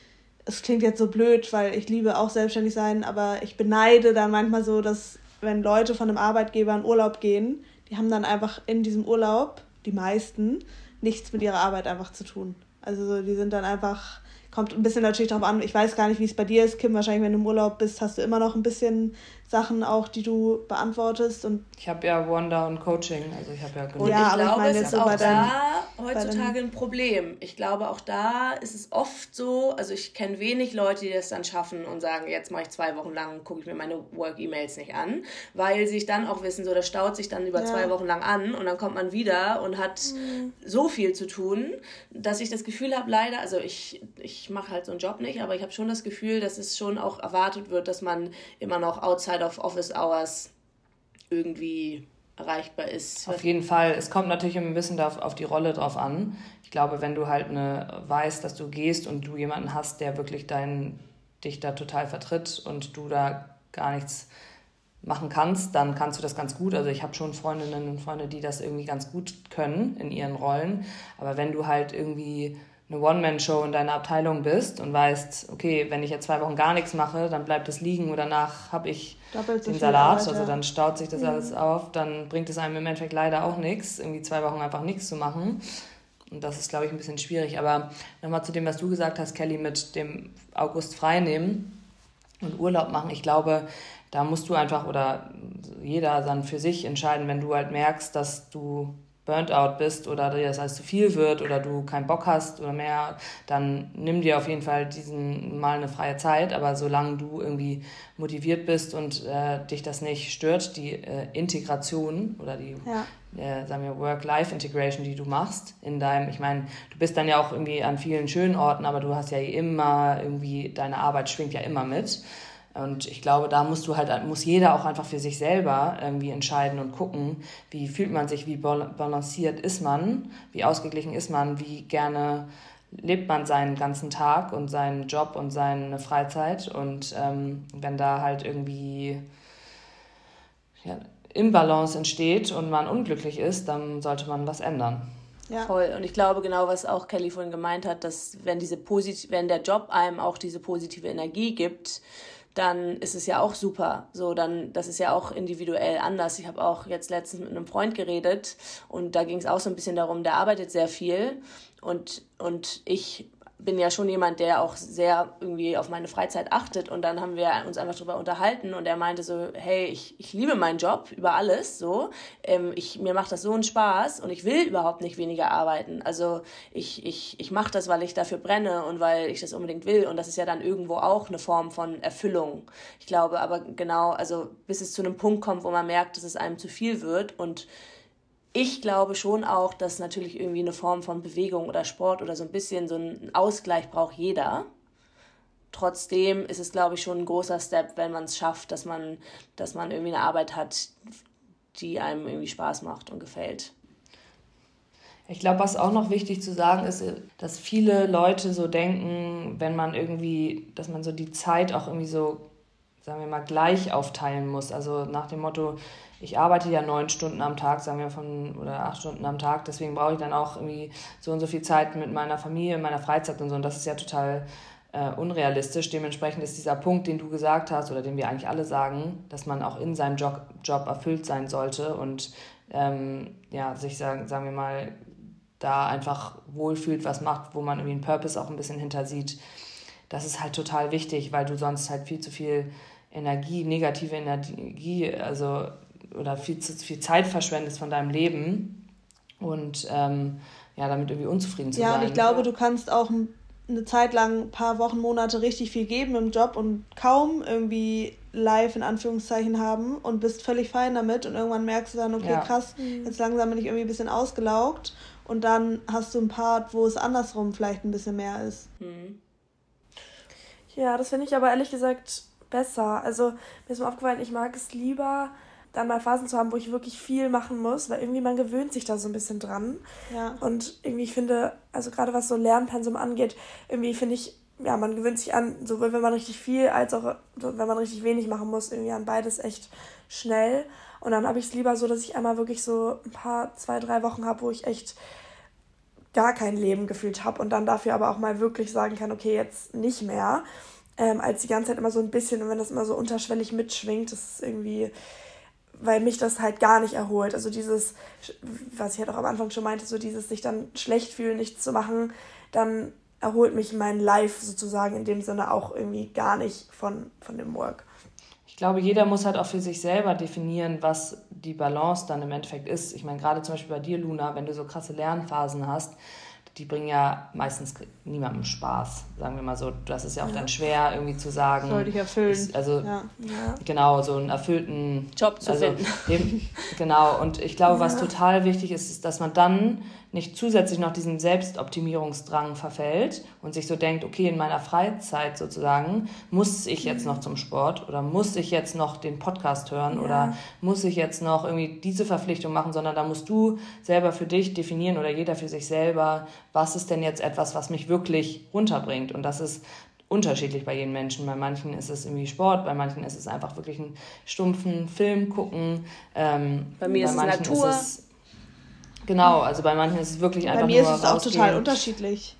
Speaker 4: es klingt jetzt so blöd, weil ich liebe auch selbstständig sein, aber ich beneide dann manchmal so, dass wenn Leute von einem Arbeitgeber in Urlaub gehen, die haben dann einfach in diesem Urlaub, die meisten, nichts mit ihrer Arbeit einfach zu tun. Also so, die sind dann einfach, kommt ein bisschen natürlich darauf an, ich weiß gar nicht, wie es bei dir ist, Kim, wahrscheinlich, wenn du im Urlaub bist, hast du immer noch ein bisschen Sachen auch, die du beantwortest. Und
Speaker 1: ich habe ja Wonder und Coaching, also ich habe ja genug.
Speaker 3: Und
Speaker 4: ja,
Speaker 3: ich
Speaker 4: aber
Speaker 3: glaube,
Speaker 4: ich meine
Speaker 3: es
Speaker 4: jetzt
Speaker 3: ist
Speaker 4: so
Speaker 3: auch
Speaker 4: bei deinem,
Speaker 3: da heutzutage ein Problem. Ich glaube, auch da ist es oft so, also ich kenne wenig Leute, die das dann schaffen und sagen, jetzt mache ich zwei Wochen lang, gucke ich mir meine Work-E-Mails nicht an, weil sie sich dann auch wissen, so das staut sich dann über ja. zwei Wochen lang an und dann kommt man wieder und hat mhm. so viel zu tun, dass ich das Gefühl habe, leider, also ich, ich mache halt so einen Job nicht, aber ich habe schon das Gefühl, dass es schon auch erwartet wird, dass man immer noch outside of Office Hours irgendwie erreichbar ist.
Speaker 1: Auf jeden Fall. Es kommt natürlich ein bisschen auf, auf die Rolle drauf an. Ich glaube, wenn du halt eine, weißt, dass du gehst und du jemanden hast, der wirklich dein, dich da total vertritt und du da gar nichts machen kannst, dann kannst du das ganz gut. Also ich habe schon Freundinnen und Freunde, die das irgendwie ganz gut können in ihren Rollen. Aber wenn du halt irgendwie eine One-Man-Show in deiner Abteilung bist und weißt, okay, wenn ich jetzt zwei Wochen gar nichts mache, dann bleibt es liegen und danach habe ich Doppelt den so Salat, Arbeit, also ja. dann staut sich das mhm. alles auf, dann bringt es einem im Endeffekt leider auch nichts, irgendwie zwei Wochen einfach nichts zu machen. Und das ist, glaube ich, ein bisschen schwierig. Aber nochmal zu dem, was du gesagt hast, Kelly, mit dem August frei nehmen und Urlaub machen. Ich glaube, da musst du einfach oder jeder dann für sich entscheiden, wenn du halt merkst, dass du burnt out bist oder dir das alles zu viel wird oder du keinen Bock hast oder mehr, dann nimm dir auf jeden Fall diesen mal eine freie Zeit, aber solange du irgendwie motiviert bist und äh, dich das nicht stört, die äh, Integration oder die, ja. äh, sagen wir, Work-Life-Integration, die du machst in deinem, ich meine, du bist dann ja auch irgendwie an vielen schönen Orten, aber du hast ja immer irgendwie, deine Arbeit schwingt ja immer mit. Und ich glaube, da musst du halt, muss jeder auch einfach für sich selber irgendwie entscheiden und gucken, wie fühlt man sich, wie balanciert ist man, wie ausgeglichen ist man, wie gerne lebt man seinen ganzen Tag und seinen Job und seine Freizeit. Und ähm, wenn da halt irgendwie ja, Imbalance entsteht und man unglücklich ist, dann sollte man was ändern.
Speaker 3: Ja. Voll. Und ich glaube genau, was auch Kelly vorhin gemeint hat, dass wenn diese posit- wenn der Job einem auch diese positive Energie gibt, dann ist es ja auch super. So, dann, das ist ja auch individuell anders. Ich habe auch jetzt letztens mit einem Freund geredet und da ging es auch so ein bisschen darum, der arbeitet sehr viel und, und ich bin ja schon jemand, der auch sehr irgendwie auf meine Freizeit achtet und dann haben wir uns einfach drüber unterhalten und er meinte so, hey, ich, ich liebe meinen Job über alles, so, ähm, ich, mir macht das so einen Spaß und ich will überhaupt nicht weniger arbeiten, also ich, ich, ich mache das, weil ich dafür brenne und weil ich das unbedingt will und das ist ja dann irgendwo auch eine Form von Erfüllung, ich glaube aber genau, also bis es zu einem Punkt kommt, wo man merkt, dass es einem zu viel wird und ich glaube schon auch, dass natürlich irgendwie eine Form von Bewegung oder Sport oder so ein bisschen so einen Ausgleich braucht jeder. Trotzdem ist es, glaube ich, schon ein großer Step, wenn man es schafft, dass man, dass man irgendwie eine Arbeit hat, die einem irgendwie Spaß macht und gefällt.
Speaker 1: Ich glaube, was auch noch wichtig zu sagen ist, dass viele Leute so denken, wenn man irgendwie, dass man so die Zeit auch irgendwie so, sagen wir mal, gleich aufteilen muss. Also nach dem Motto, ich arbeite ja neun Stunden am Tag, sagen wir von, oder acht Stunden am Tag, deswegen brauche ich dann auch irgendwie so und so viel Zeit mit meiner Familie, meiner Freizeit und so. Und das ist ja total äh, unrealistisch. Dementsprechend ist dieser Punkt, den du gesagt hast, oder den wir eigentlich alle sagen, dass man auch in seinem Job, Job erfüllt sein sollte und ähm, ja, sich, sagen, sagen wir mal, da einfach wohlfühlt, was macht, wo man irgendwie einen Purpose auch ein bisschen hinter sieht. Das ist halt total wichtig, weil du sonst halt viel zu viel Energie, negative Energie, also oder viel zu viel Zeit verschwendest von deinem Leben und ähm, ja, damit irgendwie unzufrieden zu
Speaker 4: ja,
Speaker 1: sein.
Speaker 4: Ja, und ich glaube, du kannst auch eine Zeit lang, ein paar Wochen, Monate richtig viel geben im Job und kaum irgendwie live in Anführungszeichen haben und bist völlig fein damit und irgendwann merkst du dann, okay, ja. krass, jetzt langsam bin ich irgendwie ein bisschen ausgelaugt und dann hast du einen Part, wo es andersrum vielleicht ein bisschen mehr ist.
Speaker 3: Mhm.
Speaker 2: Ja, das finde ich aber ehrlich gesagt besser. Also mir ist mir aufgefallen, ich mag es lieber, dann mal Phasen zu haben, wo ich wirklich viel machen muss, weil irgendwie man gewöhnt sich da so ein bisschen dran.
Speaker 4: Ja.
Speaker 2: Und irgendwie finde, also gerade was so Lernpensum angeht, irgendwie finde ich, ja, man gewöhnt sich an, sowohl wenn man richtig viel, als auch wenn man richtig wenig machen muss, irgendwie an beides echt schnell. Und dann habe ich es lieber so, dass ich einmal wirklich so ein paar, zwei, drei Wochen habe, wo ich echt gar kein Leben gefühlt habe und dann dafür aber auch mal wirklich sagen kann, okay, jetzt nicht mehr, ähm, als die ganze Zeit immer so ein bisschen und wenn das immer so unterschwellig mitschwingt, das ist irgendwie, weil mich das halt gar nicht erholt. Also dieses, was ich halt auch am Anfang schon meinte, so dieses sich dann schlecht fühlen, nichts zu machen, dann erholt mich mein Life sozusagen in dem Sinne auch irgendwie gar nicht von, von dem Work.
Speaker 1: Ich glaube, jeder muss halt auch für sich selber definieren, was die Balance dann im Endeffekt ist. Ich meine, gerade zum Beispiel bei dir, Luna, wenn du so krasse Lernphasen hast, die bringen ja meistens niemandem Spaß, sagen wir mal so. Das ist ja auch ja. dann schwer, irgendwie zu sagen.
Speaker 4: Soll dich erfüllen.
Speaker 1: Ich, also,
Speaker 2: ja.
Speaker 1: genau, so einen erfüllten
Speaker 3: Job zu
Speaker 1: also,
Speaker 3: finden.
Speaker 1: Dem, genau, und ich glaube,
Speaker 2: ja.
Speaker 1: was total wichtig ist, ist, dass man dann nicht zusätzlich noch diesen Selbstoptimierungsdrang verfällt und sich so denkt, okay, in meiner Freizeit sozusagen muss ich jetzt noch zum Sport oder muss ich jetzt noch den Podcast hören ja. oder muss ich jetzt noch irgendwie diese Verpflichtung machen, sondern da musst du selber für dich definieren oder jeder für sich selber, was ist denn jetzt etwas, was mich wirklich runterbringt. Und das ist unterschiedlich bei jedem Menschen. Bei manchen ist es irgendwie Sport, bei manchen ist es einfach wirklich einen stumpfen Film gucken. Ähm,
Speaker 3: bei mir bei ist es Natur. Ist es,
Speaker 1: genau, also bei manchen ist es wirklich einfach nur
Speaker 4: Bei mir
Speaker 1: nur
Speaker 4: ist es auch total unterschiedlich.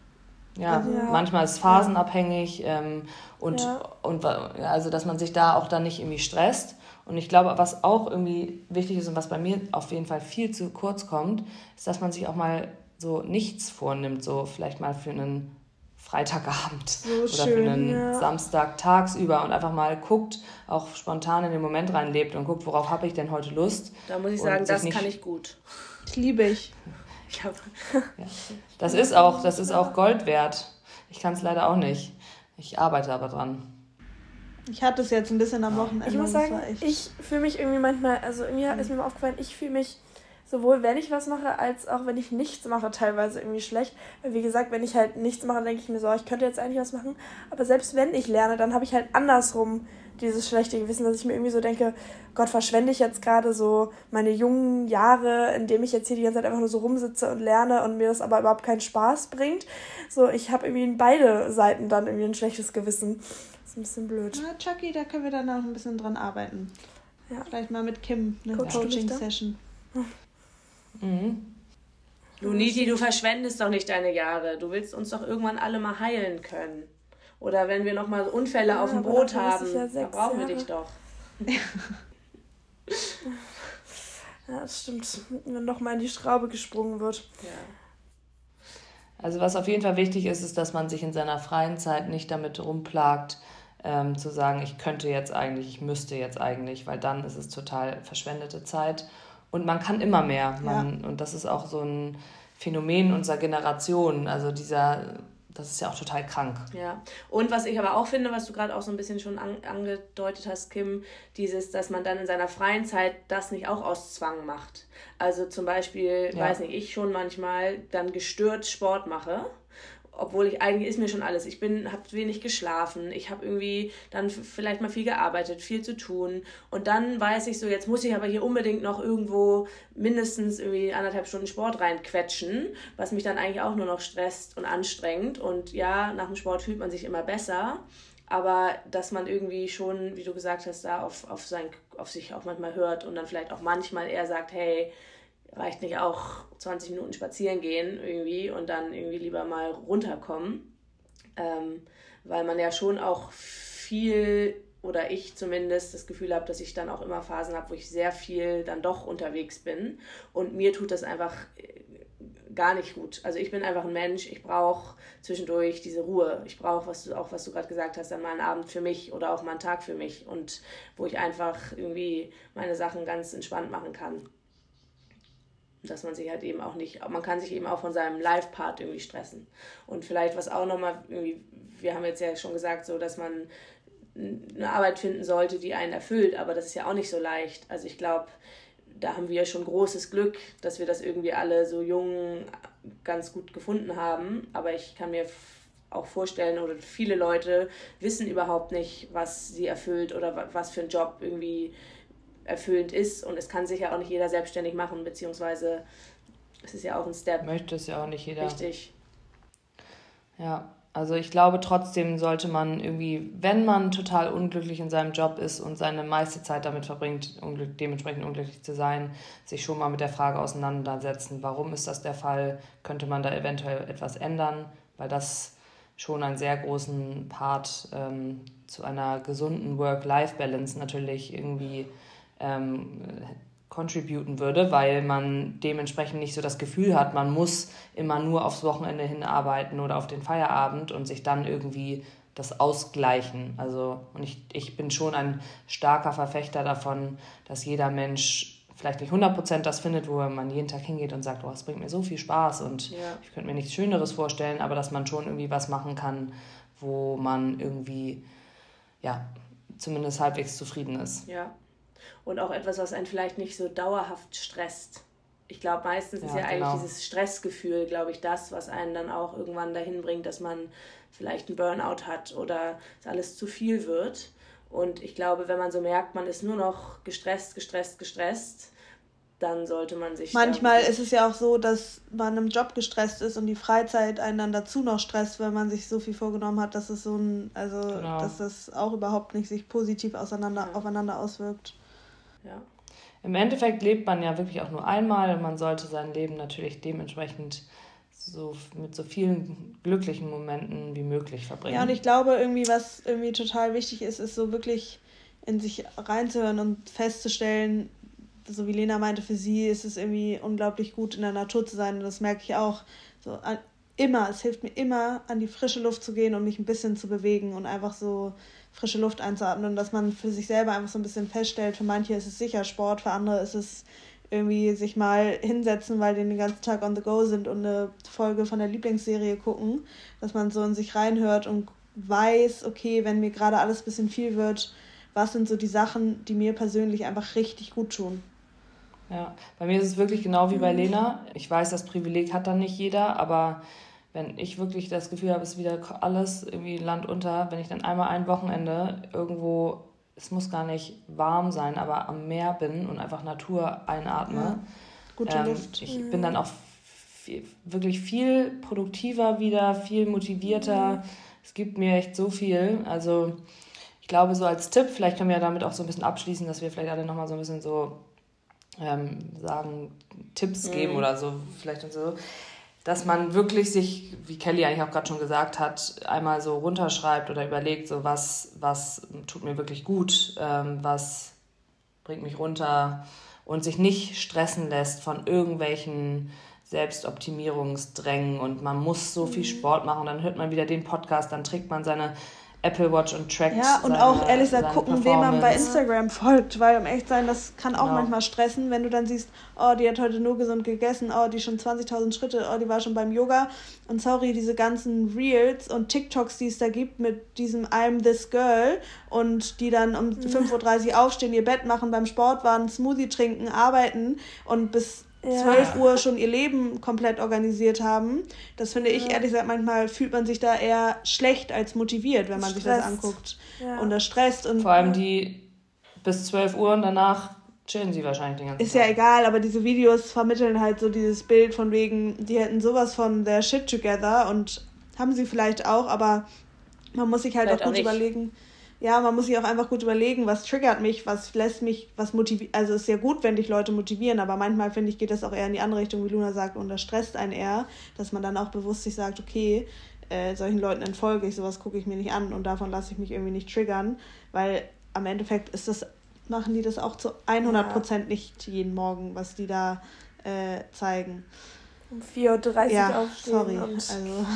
Speaker 1: Ja, ja, manchmal ist es phasenabhängig ähm, und,
Speaker 2: ja.
Speaker 1: und also dass man sich da auch dann nicht irgendwie stresst. Und ich glaube, was auch irgendwie wichtig ist und was bei mir auf jeden Fall viel zu kurz kommt, ist, dass man sich auch mal so nichts vornimmt, so vielleicht mal für einen Freitagabend
Speaker 2: so
Speaker 1: oder
Speaker 2: schön,
Speaker 1: für einen
Speaker 2: ja.
Speaker 1: Samstag tagsüber und einfach mal guckt, auch spontan in den Moment reinlebt und guckt, worauf habe ich denn heute Lust.
Speaker 3: Da muss ich sagen, das nicht... kann ich gut.
Speaker 4: Das liebe ich.
Speaker 3: ich hab...
Speaker 1: ja. Das ist auch, das ist auch Gold wert. Ich kann es leider auch nicht. Ich arbeite aber dran.
Speaker 4: Ich hatte es jetzt ein bisschen am Wochenende.
Speaker 2: Ich muss sagen, ich fühle mich irgendwie manchmal, also irgendwie mhm. ist mir mal aufgefallen, ich fühle mich sowohl wenn ich was mache, als auch wenn ich nichts mache, teilweise irgendwie schlecht. Weil wie gesagt, wenn ich halt nichts mache, denke ich mir so, ich könnte jetzt eigentlich was machen. Aber selbst wenn ich lerne, dann habe ich halt andersrum dieses schlechte Gewissen, dass ich mir irgendwie so denke, Gott, verschwende ich jetzt gerade so meine jungen Jahre, indem ich jetzt hier die ganze Zeit einfach nur so rumsitze und lerne und mir das aber überhaupt keinen Spaß bringt. So, ich habe irgendwie in beide Seiten dann irgendwie ein schlechtes Gewissen. Das ist ein bisschen blöd.
Speaker 4: Na, Chucky, da können wir dann auch ein bisschen dran arbeiten. Ja. Vielleicht mal mit Kim eine Coaching-Session.
Speaker 1: Mhm.
Speaker 3: Luniti, du verschwendest doch nicht deine Jahre. Du willst uns doch irgendwann alle mal heilen können. Oder wenn wir nochmal Unfälle ja, auf dem Boot haben, ja da brauchen Jahre. wir dich doch.
Speaker 2: Ja, das stimmt. Wenn nochmal in die Schraube gesprungen wird.
Speaker 3: Ja.
Speaker 1: Also was auf jeden Fall wichtig ist, ist, dass man sich in seiner freien Zeit nicht damit rumplagt, ähm, zu sagen, ich könnte jetzt eigentlich, ich müsste jetzt eigentlich, weil dann ist es total verschwendete Zeit. Und man kann immer mehr. Man, ja. Und das ist auch so ein Phänomen unserer Generation. Also dieser, das ist ja auch total krank.
Speaker 3: Ja. Und was ich aber auch finde, was du gerade auch so ein bisschen schon an, angedeutet hast, Kim, dieses, dass man dann in seiner freien Zeit das nicht auch aus Zwang macht. Also zum Beispiel, ja. weiß nicht, ich schon manchmal dann gestört Sport mache. Obwohl ich eigentlich ist mir schon alles. Ich bin, habe wenig geschlafen. Ich habe irgendwie dann f- vielleicht mal viel gearbeitet, viel zu tun. Und dann weiß ich so, jetzt muss ich aber hier unbedingt noch irgendwo mindestens irgendwie anderthalb Stunden Sport reinquetschen, was mich dann eigentlich auch nur noch stresst und anstrengt. Und ja, nach dem Sport fühlt man sich immer besser. Aber dass man irgendwie schon, wie du gesagt hast, da auf, auf, sein, auf sich auch manchmal hört und dann vielleicht auch manchmal eher sagt, hey, reicht nicht auch zwanzig Minuten spazieren gehen irgendwie und dann irgendwie lieber mal runterkommen, ähm, weil man ja schon auch viel, oder ich zumindest, das Gefühl habe, dass ich dann auch immer Phasen habe, wo ich sehr viel dann doch unterwegs bin und mir tut das einfach gar nicht gut. Also ich bin einfach ein Mensch, ich brauche zwischendurch diese Ruhe. Ich brauche, was du auch was du gerade gesagt hast, dann mal einen Abend für mich oder auch mal einen Tag für mich und wo ich einfach irgendwie meine Sachen ganz entspannt machen kann. Dass man sich halt eben auch nicht, man kann sich eben auch von seinem Live-Part irgendwie stressen. Und vielleicht was auch nochmal irgendwie, wir haben jetzt ja schon gesagt, so, dass man eine Arbeit finden sollte, die einen erfüllt, aber das ist ja auch nicht so leicht. Also ich glaube, da haben wir schon großes Glück, dass wir das irgendwie alle so jung ganz gut gefunden haben. Aber ich kann mir auch vorstellen, oder viele Leute wissen überhaupt nicht, was sie erfüllt oder was für ein Job irgendwie erfüllend ist und es kann sich ja auch nicht jeder selbstständig machen, beziehungsweise es ist ja auch ein Step.
Speaker 1: Möchte es ja auch nicht jeder.
Speaker 3: Richtig.
Speaker 1: Ja, Also ich glaube, trotzdem sollte man irgendwie, wenn man total unglücklich in seinem Job ist und seine meiste Zeit damit verbringt, unglück- dementsprechend unglücklich zu sein, sich schon mal mit der Frage auseinandersetzen, warum ist das der Fall? Könnte man da eventuell etwas ändern? Weil das schon einen sehr großen Part ähm, zu einer gesunden Work-Life-Balance natürlich irgendwie ähm, contributen würde, weil man dementsprechend nicht so das Gefühl hat, man muss immer nur aufs Wochenende hinarbeiten oder auf den Feierabend und sich dann irgendwie das ausgleichen. Also, und ich, ich bin schon ein starker Verfechter davon, dass jeder Mensch vielleicht nicht hundert Prozent das findet, wo man jeden Tag hingeht und sagt, oh, es bringt mir so viel Spaß und ja. ich könnte mir nichts Schöneres vorstellen, aber dass man schon irgendwie was machen kann, wo man irgendwie, ja, zumindest halbwegs zufrieden ist.
Speaker 3: Ja. Und auch etwas, was einen vielleicht nicht so dauerhaft stresst. Ich glaube, meistens ist ja, ja genau. eigentlich dieses Stressgefühl, glaube ich, das, was einen dann auch irgendwann dahin bringt, dass man vielleicht einen Burnout hat oder es alles zu viel wird. Und ich glaube, wenn man so merkt, man ist nur noch gestresst, gestresst, gestresst, dann sollte man sich...
Speaker 4: Manchmal ist es ja auch so, dass man im Job gestresst ist und die Freizeit einen dann dazu noch stresst, weil man sich so viel vorgenommen hat, dass es so ein, also genau. dass das auch überhaupt nicht sich positiv auseinander, ja. aufeinander auswirkt.
Speaker 3: Ja.
Speaker 1: Im Endeffekt lebt man ja wirklich auch nur einmal und man sollte sein Leben natürlich dementsprechend so mit so vielen glücklichen Momenten wie möglich verbringen.
Speaker 4: Ja, und ich glaube irgendwie, was irgendwie total wichtig ist, ist so wirklich in sich reinzuhören und festzustellen, so wie Lena meinte, für sie ist es irgendwie unglaublich gut, in der Natur zu sein und das merke ich auch so an, immer, es hilft mir immer, an die frische Luft zu gehen und mich ein bisschen zu bewegen und einfach so frische Luft einzuatmen und dass man für sich selber einfach so ein bisschen feststellt, für manche ist es sicher Sport, für andere ist es irgendwie sich mal hinsetzen, weil die den ganzen Tag on the go sind und eine Folge von der Lieblingsserie gucken, dass man so in sich reinhört und weiß, okay, wenn mir gerade alles ein bisschen viel wird, was sind so die Sachen, die mir persönlich einfach richtig gut tun.
Speaker 1: Ja, bei mir ist es wirklich genau wie bei Lena. Ich weiß, das Privileg hat dann nicht jeder, aber wenn ich wirklich das Gefühl habe, es ist wieder alles irgendwie Land unter, wenn ich dann einmal ein Wochenende irgendwo, es muss gar nicht warm sein, aber am Meer bin und einfach Natur einatme. Ja,
Speaker 4: gute ähm, Luft.
Speaker 1: Ich mhm. bin dann auch viel, wirklich viel produktiver wieder, viel motivierter. Mhm. Es gibt mir echt so viel. Also ich glaube, so als Tipp, vielleicht können wir ja damit auch so ein bisschen abschließen, dass wir vielleicht alle nochmal so ein bisschen so ähm, sagen, Tipps mhm. geben oder so, vielleicht und so. Dass man wirklich sich, wie Kelly eigentlich auch gerade schon gesagt hat, einmal so runterschreibt oder überlegt, so was, was tut mir wirklich gut, ähm, was bringt mich runter und sich nicht stressen lässt von irgendwelchen Selbstoptimierungsdrängen und man muss so viel Sport machen, dann hört man wieder den Podcast, dann trägt man seine Apple Watch und trackt
Speaker 4: Ja, und
Speaker 1: seine,
Speaker 4: auch ehrlich gesagt gucken, wem man bei Instagram folgt, weil um echt sein, das kann auch genau. manchmal stressen, wenn du dann siehst, oh, die hat heute nur gesund gegessen, oh, die schon zwanzigtausend Schritte, oh, die war schon beim Yoga und sorry, diese ganzen Reels und TikToks, die es da gibt mit diesem I'm this girl und die dann um fünf Uhr dreißig aufstehen, ihr Bett machen, beim Sport waren, Smoothie trinken, arbeiten und bis Ja. zwölf Uhr schon ihr Leben komplett organisiert haben. Das finde ich, ja. ehrlich gesagt, manchmal fühlt man sich da eher schlecht als motiviert, wenn man Stress. sich das anguckt. Ja. Und das stresst. Und
Speaker 1: vor allem die bis zwölf Uhr und danach chillen sie wahrscheinlich den ganzen
Speaker 4: Ist
Speaker 1: Tag.
Speaker 4: ja egal, aber diese Videos vermitteln halt so dieses Bild von wegen, die hätten sowas von their shit together und haben sie vielleicht auch, aber man muss sich halt vielleicht auch gut auch überlegen. Ja, man muss sich auch einfach gut überlegen, was triggert mich, was lässt mich, was motiviert. Also es ist ja gut, wenn dich Leute motivieren, aber manchmal, finde ich, geht das auch eher in die andere Richtung, wie Luna sagt, und das stresst einen eher, dass man dann auch bewusst sich sagt, okay, äh, solchen Leuten entfolge ich, sowas gucke ich mir nicht an und davon lasse ich mich irgendwie nicht triggern, weil am Endeffekt ist das, machen die das auch zu hundert Prozent ja. nicht jeden Morgen, was die da äh, zeigen.
Speaker 2: Um vier Uhr dreißig
Speaker 4: ja,
Speaker 2: aufstehen.
Speaker 4: sorry,
Speaker 2: und
Speaker 4: also...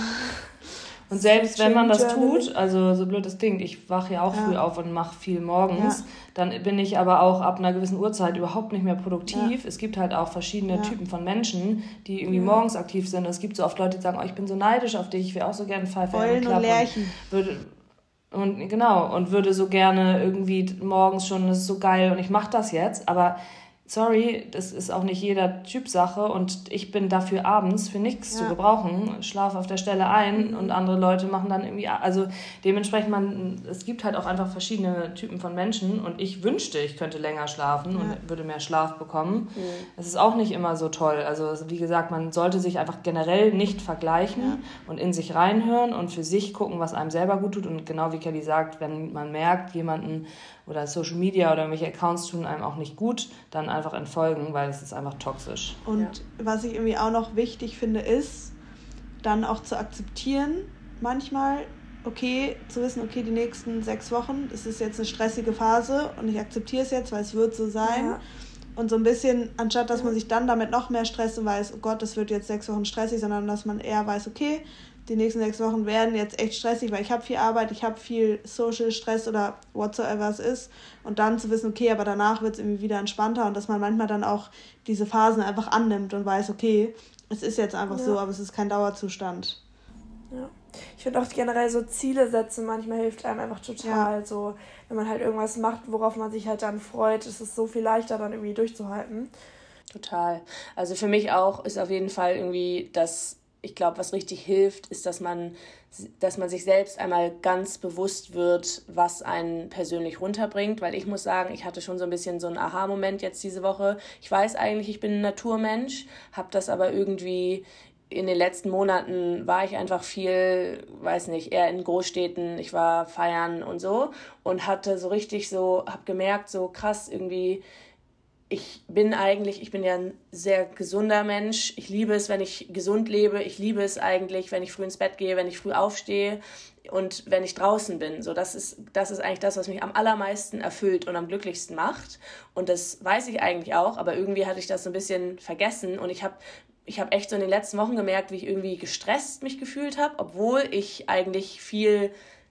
Speaker 1: Und selbst wenn man das tut, also so blöd das klingt, ich wache ja auch ja. früh auf und mache viel morgens, ja. dann bin ich aber auch ab einer gewissen Uhrzeit überhaupt nicht mehr produktiv. Ja. Es gibt halt auch verschiedene ja. Typen von Menschen, die irgendwie ja. morgens aktiv sind. Es gibt so oft Leute, die sagen, oh, ich bin so neidisch auf dich, ich will auch so gerne Pfeife
Speaker 4: und Lerchen.
Speaker 1: Würde, und genau, und würde so gerne irgendwie morgens schon, das ist so geil und ich mache das jetzt, aber sorry, das ist auch nicht jeder Typsache und ich bin dafür abends für nichts ja. zu gebrauchen, schlafe auf der Stelle ein und andere Leute machen dann irgendwie, also dementsprechend, man, es gibt halt auch einfach verschiedene Typen von Menschen und ich wünschte, ich könnte länger schlafen ja. und würde mehr Schlaf bekommen. Mhm. Es ist auch nicht immer so toll, also wie gesagt, man sollte sich einfach generell nicht vergleichen ja. und in sich reinhören und für sich gucken, was einem selber gut tut und genau wie Kelly sagt, wenn man merkt, jemanden oder Social Media oder irgendwelche Accounts tun einem auch nicht gut, dann einfach entfolgen, weil es ist einfach toxisch.
Speaker 4: Und ja. was ich irgendwie auch noch wichtig finde, ist, dann auch zu akzeptieren, manchmal, okay, zu wissen, okay, die nächsten sechs Wochen, es ist jetzt eine stressige Phase und ich akzeptiere es jetzt, weil es wird so sein. Ja. Und so ein bisschen, anstatt dass man sich dann damit noch mehr stresst und weiß, oh Gott, das wird jetzt sechs Wochen stressig, sondern dass man eher weiß, okay, die nächsten sechs Wochen werden jetzt echt stressig, weil ich habe viel Arbeit, ich habe viel Social Stress oder whatsoever es ist. Und dann zu wissen, okay, aber danach wird es irgendwie wieder entspannter und dass man manchmal dann auch diese Phasen einfach annimmt und weiß, okay, es ist jetzt einfach ja. so, aber es ist kein Dauerzustand.
Speaker 2: Ja. Ich finde auch generell so Ziele setzen manchmal hilft einem einfach total. Ja. So, wenn man halt irgendwas macht, worauf man sich halt dann freut, ist es so viel leichter, dann irgendwie durchzuhalten.
Speaker 3: Total. Also für mich auch ist auf jeden Fall irgendwie das, ich glaube, was richtig hilft, ist, dass man, dass man sich selbst einmal ganz bewusst wird, was einen persönlich runterbringt. Weil ich muss sagen, ich hatte schon so ein bisschen so einen Aha-Moment jetzt diese Woche. Ich weiß eigentlich, ich bin ein Naturmensch, habe das aber irgendwie in den letzten Monaten war ich einfach viel, weiß nicht, eher in Großstädten, ich war feiern und so und hatte so richtig so, habe gemerkt, so krass irgendwie, ich bin eigentlich, ich bin ja ein sehr gesunder Mensch. Ich liebe es, wenn ich gesund lebe. Ich liebe es eigentlich, wenn ich früh ins Bett gehe, wenn ich früh aufstehe und wenn ich draußen bin. So, das ist, das ist eigentlich das, was mich am allermeisten erfüllt und am glücklichsten macht. Und das weiß ich eigentlich auch, aber irgendwie hatte ich das so ein bisschen vergessen. Und ich habe ich hab echt so in den letzten Wochen gemerkt, wie ich irgendwie gestresst mich gefühlt habe, obwohl ich eigentlich viel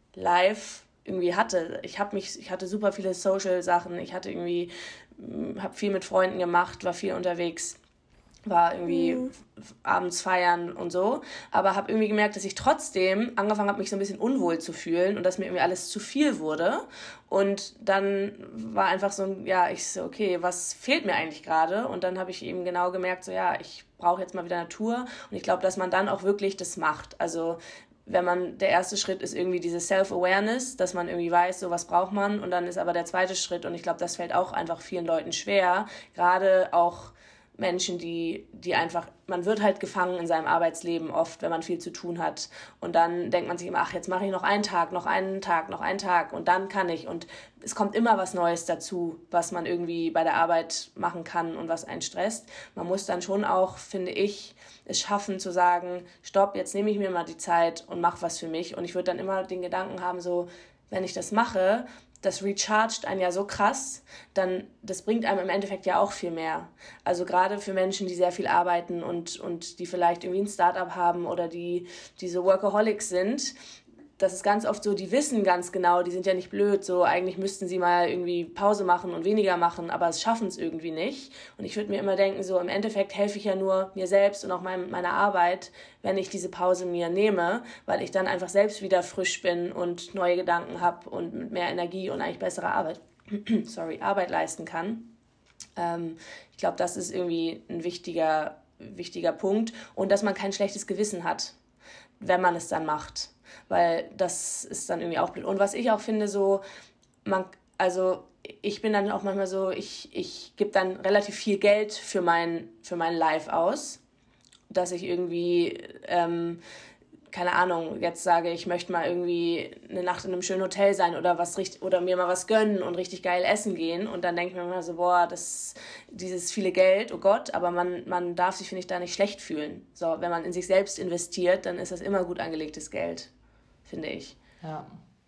Speaker 3: live irgendwie hatte. Ich habe mich, ich hatte super viele Social-Sachen. Ich hatte irgendwie habe viel mit Freunden gemacht, war viel unterwegs, war irgendwie mhm. abends feiern und so, aber habe irgendwie gemerkt, dass ich trotzdem angefangen habe, mich so ein bisschen unwohl zu fühlen und dass mir irgendwie alles zu viel wurde und dann war einfach so, ja, ich so, okay, was fehlt mir eigentlich gerade und dann habe ich eben genau gemerkt, so ja, ich brauche jetzt mal wieder Natur und ich glaube, dass man dann auch wirklich das macht, also wenn man, der erste Schritt ist irgendwie diese Self-Awareness, dass man irgendwie weiß, so was braucht man und dann ist aber der zweite Schritt und ich glaube, das fällt auch einfach vielen Leuten schwer, gerade auch Menschen, die, die einfach, man wird halt gefangen in seinem Arbeitsleben oft, wenn man viel zu tun hat und dann denkt man sich immer, ach, jetzt mache ich noch einen Tag, noch einen Tag, noch einen Tag und dann kann ich und es kommt immer was Neues dazu, was man irgendwie bei der Arbeit machen kann und was einen stresst. Man muss dann schon auch, finde ich, es schaffen zu sagen, stopp, jetzt nehme ich mir mal die Zeit und mache was für mich und ich würde dann immer den Gedanken haben, so, wenn ich das mache, das rechargt einen ja so krass, dann das bringt einem im Endeffekt ja auch viel mehr. Also gerade für Menschen, die sehr viel arbeiten und, und die vielleicht irgendwie ein Startup haben oder die, die so Workaholics sind, das ist ganz oft so, die wissen ganz genau, die sind ja nicht blöd, so eigentlich müssten sie mal irgendwie Pause machen und weniger machen, aber es schaffen es irgendwie nicht. Und ich würde mir immer denken, so im Endeffekt helfe ich ja nur mir selbst und auch mein, meiner Arbeit, wenn ich diese Pause mir nehme, weil ich dann einfach selbst wieder frisch bin und neue Gedanken habe und mit mehr Energie und eigentlich bessere Arbeit, sorry, Arbeit leisten kann. Ähm, ich glaube, das ist irgendwie ein wichtiger, wichtiger Punkt und dass man kein schlechtes Gewissen hat, wenn man es dann macht. Weil das ist dann irgendwie auch blöd. Und was ich auch finde, so, man, also ich bin dann auch manchmal so, ich, ich gebe dann relativ viel Geld für mein, für mein Live aus, dass ich irgendwie, ähm, keine Ahnung, jetzt sage, ich möchte mal irgendwie eine Nacht in einem schönen Hotel sein oder was richtig, oder mir mal was gönnen und richtig geil essen gehen. Und dann denke ich mir immer so, boah, das, dieses viele Geld, oh Gott, aber man, man darf sich, finde ich, da nicht schlecht fühlen. So, wenn man in sich selbst investiert, dann ist das immer gut angelegtes Geld, finde ich.
Speaker 1: Ja,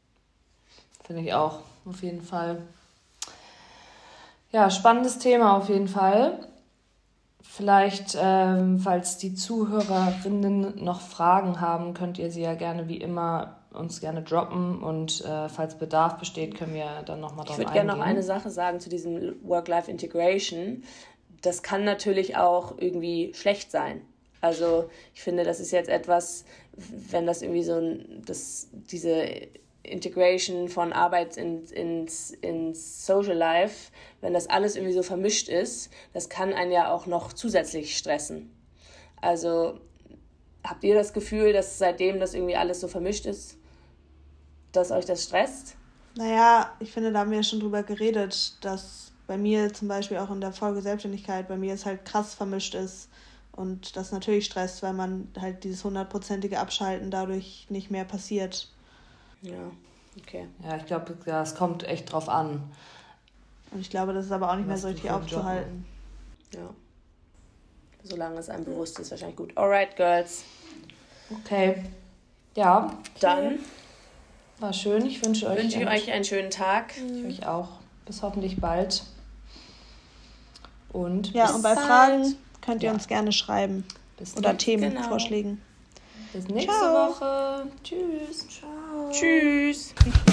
Speaker 1: finde ich auch, auf jeden Fall. Ja, spannendes Thema auf jeden Fall. Vielleicht, ähm, falls die Zuhörerinnen noch Fragen haben, könnt ihr sie ja gerne wie immer uns gerne droppen und äh, falls Bedarf besteht, können wir dann nochmal drauf eingehen.
Speaker 3: Ich würde gerne noch eine Sache sagen zu diesem Work-Life-Integration. Das kann natürlich auch irgendwie schlecht sein. Also ich finde, das ist jetzt etwas, wenn das irgendwie so ein, das, diese Integration von Arbeit ins, ins, ins Social Life, wenn das alles irgendwie so vermischt ist, das kann einen ja auch noch zusätzlich stressen. Also habt ihr das Gefühl, dass seitdem das irgendwie alles so vermischt ist, dass euch das stresst?
Speaker 4: Naja, ich finde, da haben wir ja schon drüber geredet, dass bei mir zum Beispiel auch in der Folge Selbstständigkeit, bei mir es halt krass vermischt ist und das natürlich stresst, weil man halt dieses hundertprozentige Abschalten dadurch nicht mehr passiert.
Speaker 3: Ja, okay.
Speaker 1: Ja, ich glaube, das kommt echt drauf an.
Speaker 4: Und ich glaube, das ist aber auch nicht mehr so richtig aufzuhalten.
Speaker 3: Ja. Solange es einem bewusst ist, wahrscheinlich gut. Alright, Girls.
Speaker 1: Okay. Ja.
Speaker 3: Dann
Speaker 1: war schön. Ich wünsche euch,
Speaker 3: wünsche ich euch einen schönen Tag.
Speaker 1: Ich euch auch. Bis hoffentlich bald. Und
Speaker 4: ja,
Speaker 1: bis
Speaker 4: und bei
Speaker 1: bald.
Speaker 4: Fragen könnt ihr
Speaker 1: ja.
Speaker 4: uns gerne schreiben.
Speaker 1: Bis
Speaker 4: oder
Speaker 1: dann.
Speaker 4: Themenvorschlägen.
Speaker 1: Genau. Bis nächste
Speaker 4: Ciao.
Speaker 1: Woche. Tschüss.
Speaker 2: Ciao.
Speaker 3: Tschüss.